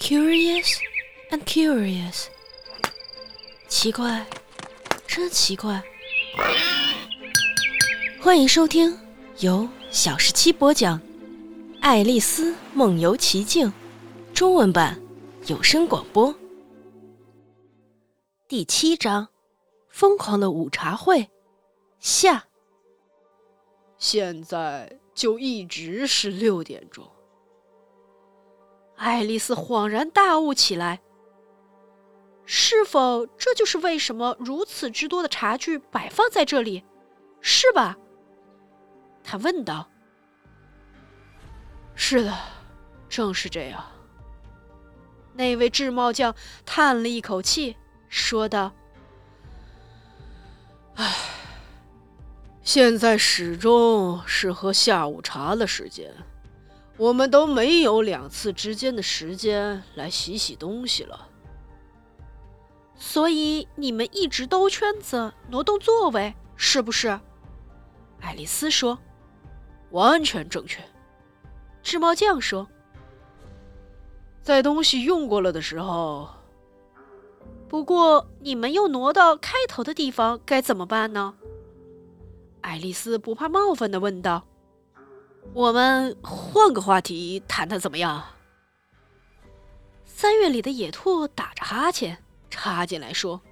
Curious and curious， 奇怪，真奇怪。欢迎收听由小17播讲《爱丽丝梦游奇境》中文版有声广播。第7章：疯狂的午茶会下。 现在就一直是6点钟。爱丽丝恍然大悟起来，是否这就是为什么如此之多的茶具摆放在这里，是吧？她问道。是的，正是这样。那位制帽匠叹了一口气，说道：唉，现在始终是喝下午茶的时间，我们都没有2次之间的时间来洗洗东西了。 所以你们一直兜圈子挪动座位，是不是？ 爱丽丝说。完全正确。制帽匠说。在东西用过了的时候。 不过你们又挪到开头的地方，该怎么办呢？ 爱丽丝不怕冒犯地问道。我们换个话题谈谈怎么样 ？3月里的野兔打着哈欠插进来说：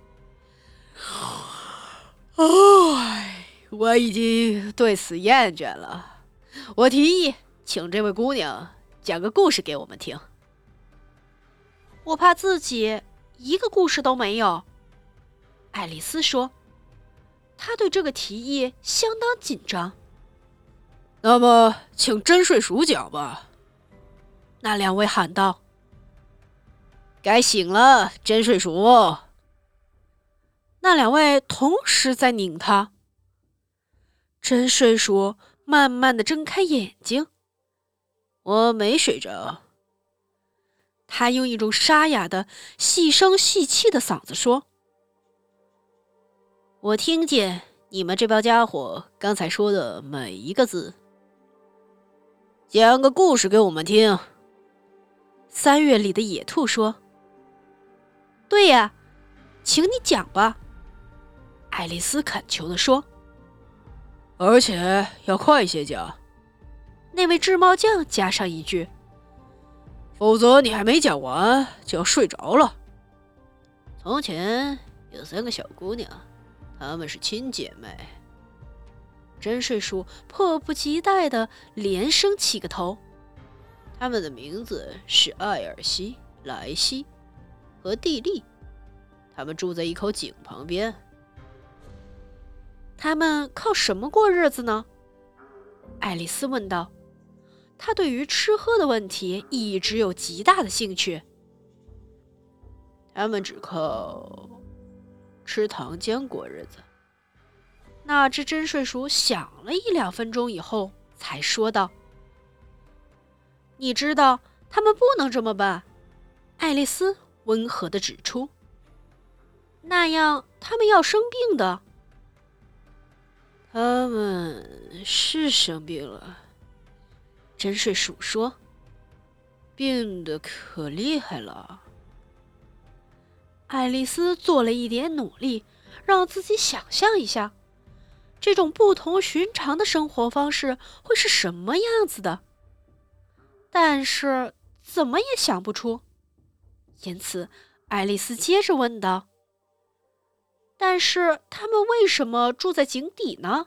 我已经对此厌倦了。我提议请这位姑娘讲个故事给我们听。 我怕自己一个故事都没有，爱丽丝说。她对这个提议相当紧张。 那么请真睡鼠讲吧，那2位喊道。该醒了，真睡鼠。那2位同时在拧他。真睡鼠慢慢地睁开眼睛。我没睡着。他用一种沙哑的细声细气的嗓子说：我听见你们这帮家伙刚才说的每一个字。讲个故事给我们听。 3月里的野兔说。对呀，请你讲吧， 爱丽丝恳求地说。而且要快些讲。 那位制帽匠加上一句， 否则你还没讲完就要睡着了。从前有3个小姑娘，她们是亲姐妹。真睡鼠迫不及待地连声起个头。她们的名字是艾尔西、莱西和蒂莉。她们住在一口井旁边。 她们靠什么过日子呢？爱丽丝问道。她对于吃喝的问题一直有极大的兴趣。 她们只靠吃糖浆过日子。 那只真睡鼠想了1-2分钟以后才说道：你知道他们不能这么办，爱丽丝温和地指出，那样他们要生病的。 他们是生病了，真睡鼠说，病得可厉害了。 爱丽丝做了一点努力，让自己想象一下这种不同寻常的生活方式会是什么样子的，但是怎么也想不出。因此爱丽丝接着问道：但是他们为什么住在井底呢？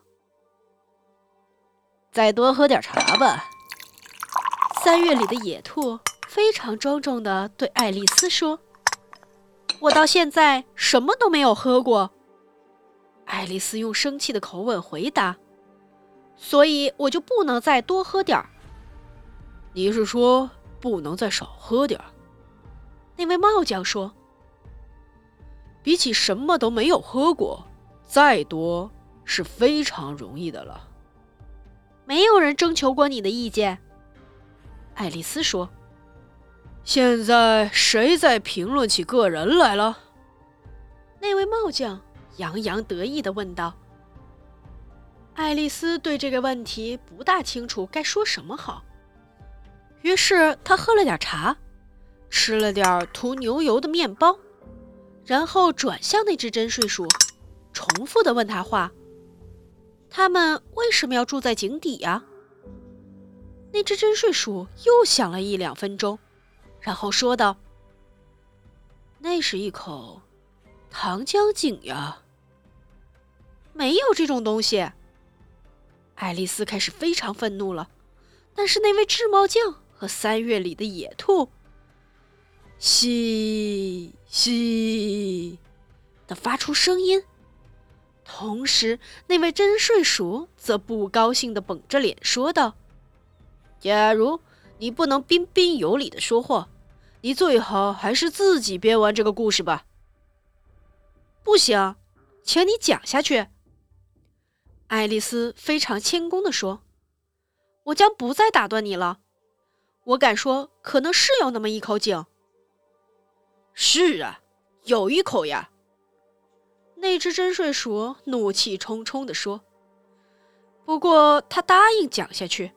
再多喝点茶吧。 3月里的野兔非常庄重地对爱丽丝说：我到现在什么都没有喝过。爱丽丝用生气的口吻回答：所以我就不能再多喝点儿。 你是说不能再少喝点儿？ 那位帽匠说。 比起什么都没有喝过，再多是非常容易的了。 没有人征求过你的意见，爱丽丝说。 现在谁在评论起个人来了？ 那位帽匠洋洋得意地问道。爱丽丝对这个问题不大清楚该说什么好，于是她喝了点茶， 吃了点涂牛油的面包，然后转向那只真睡鼠，重复地问他话。他们为什么要住在井底呀？那只真睡鼠又想了1-2分钟，然后说道：“ 那是一口糖浆井呀。” 没有这种东西。爱丽丝开始非常愤怒了，但是那位制帽匠和3月里的野兔嘻嘻地发出声音，同时那位真睡鼠则不高兴地绷着脸说道：“ 假如你不能彬彬有礼地说话，你最好还是自己编完这个故事吧。” 不行，请你讲下去。爱丽丝非常谦恭地说：“我将不再打断你了。我敢说，可能是有那么一口井。”“ 是啊，有一口呀。” 那只真睡鼠怒气冲冲地说。不过他答应讲下去。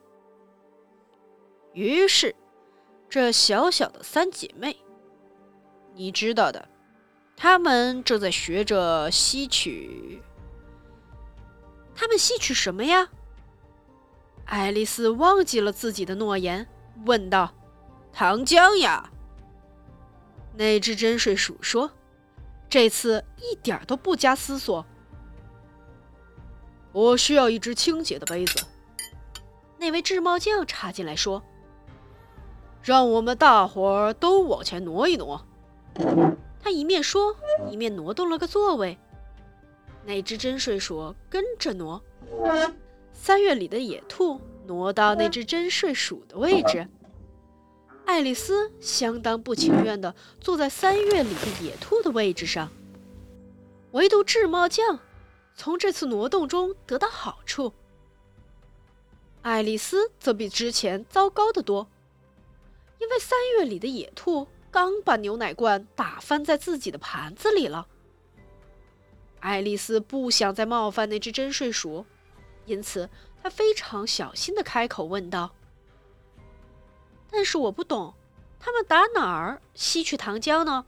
于是，这小小的3姐妹，你知道的，她们正在学着吸取。 他们吸取什么呀？爱丽丝忘记了自己的诺言，问道：“ 糖浆呀。” 那只真睡鼠说，这次一点都不加思索。“ 我需要一只清洁的杯子。” 那位制帽匠插进来说，“ 让我们大伙儿都往前挪一挪。” 他一面说，一面挪动了个座位。那只真睡鼠跟着挪，3月里的野兔挪到那只真睡鼠的位置。爱丽丝相当不情愿地坐在3月里的野兔的位置上，唯独制帽匠从这次挪动中得到好处。爱丽丝则比之前糟糕得多，因为3月里的野兔刚把牛奶罐打翻在自己的盘子里了。爱丽丝不想再冒犯那只真睡鼠，因此她非常小心地开口问道：“但是我不懂，他们打哪儿吸取糖浆呢？”“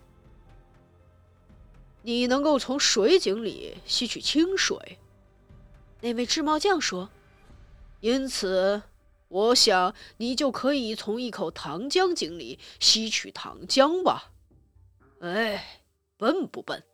你能够从水井里吸取清水。” 那位制帽匠说，“ 因此，我想你就可以从一口糖浆井里吸取糖浆吧。哎，笨不笨？”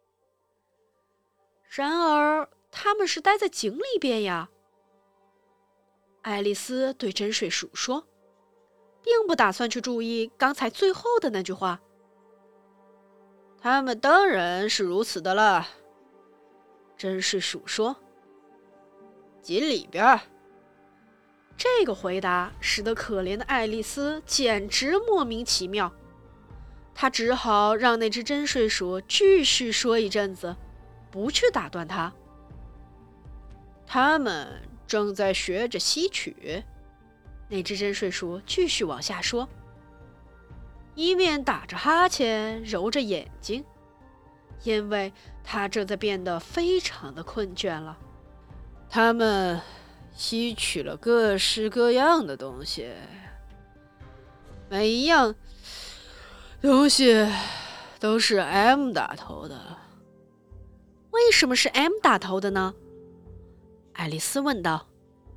然而，他们是待在井里边呀。爱丽丝对真睡鼠说，并不打算去注意刚才最后的那句话。 “他们当然是如此的了。”真睡鼠说，“井里边。” 这个回答使得可怜的爱丽丝简直莫名其妙，她只好让那只真睡鼠继续说一阵子，不去打断他。 “他们正在学着吸取。” 那只真睡鼠继续往下说，一面打着哈欠，揉着眼睛，因为他正在变得非常的困倦了。 “他们吸取了各式各样的东西，每一样东西都是 M 打头的。”“ 为什么是 M 打头的呢？”爱丽丝问道。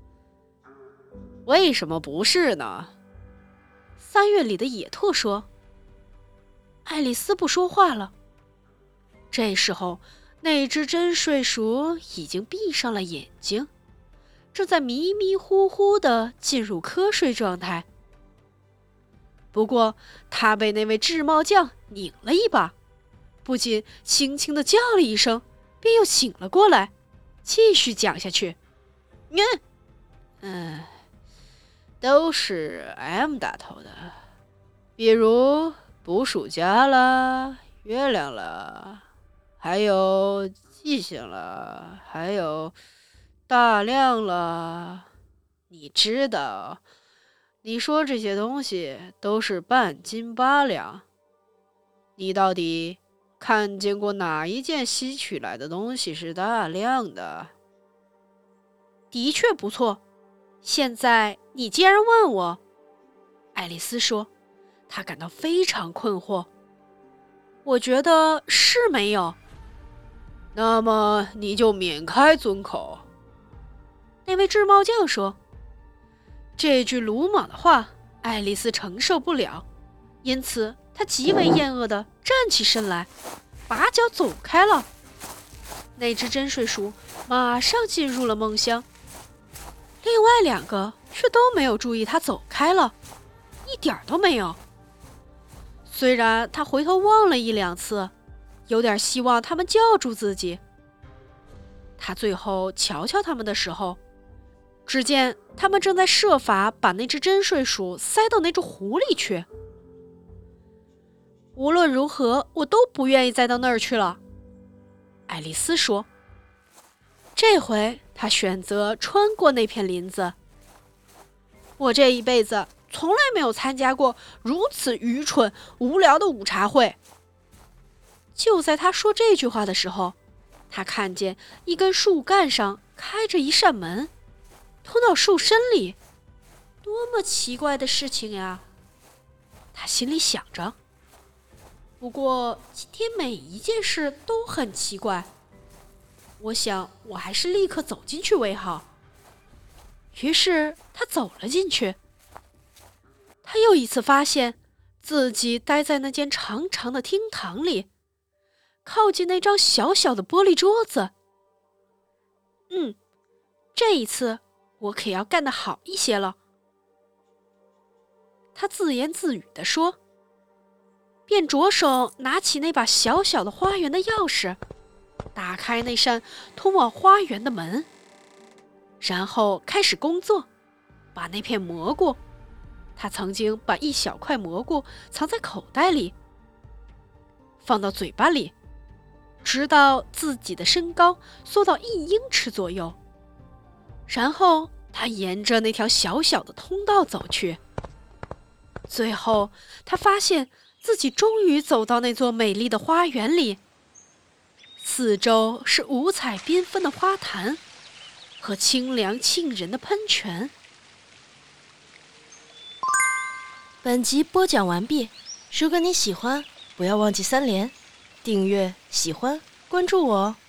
“为什么不是呢 ？”3月里的野兔说。爱丽丝不说话了。这时候，那只真睡鼠已经闭上了眼睛，正在迷迷糊糊地进入瞌睡状态。不过，他被那位制帽匠拧了一把，不仅轻轻地叫了一声，便又醒了过来，继续讲下去。 都是 M 打头的，比如捕鼠夹啦、月亮啦，还有记性啦，还有大量啦。你知道，你说这些东西都是半斤8两，你到底看见过哪一件吸取来的东西是大量的？”“ 的确不错。现在你既然问我，”爱丽丝说， 他感到非常困惑。我觉得是没有。 那么你就免开尊口。 那位制帽匠说。这句鲁莽的话，爱丽丝承受不了，因此她极为厌恶地站起身来，拔脚走开了。那只真睡鼠马上进入了梦乡，另外2个却都没有注意它走开了，一点儿都没有。虽然他回头望了1、2次，有点希望他们叫住自己。他最后瞧瞧他们的时候，只见他们正在设法把那只真睡鼠塞到那只湖里去。无论如何，我都不愿意再到那儿去了，爱丽丝说。这回她选择穿过那片林子。我这一辈子从来没有参加过如此愚蠢无聊的午茶会。就在他说这句话的时候，他看见一根树干上开着一扇门，通到树身里。多么奇怪的事情呀，他心里想着。不过今天每一件事都很奇怪，我想我还是立刻走进去为好。于是他走了进去。他又一次发现自己待在那间长长的厅堂里，靠近那张小小的玻璃桌子。这一次我可要干得好一些了，他自言自语地说，便着手拿起那把小小的花园的钥匙，打开那扇通往花园的门，然后开始工作，把那片蘑菇，他曾经把一小块蘑菇藏在口袋里，放到嘴巴里，直到自己的身高缩到1英尺左右。然后他沿着那条小小的通道走去。最后他发现自己终于走到那座美丽的花园里，四周是五彩缤纷的花坛和清凉沁人的喷泉。 本集播讲完毕，如果你喜欢，不要忘记3连、订阅、喜欢、关注我哦。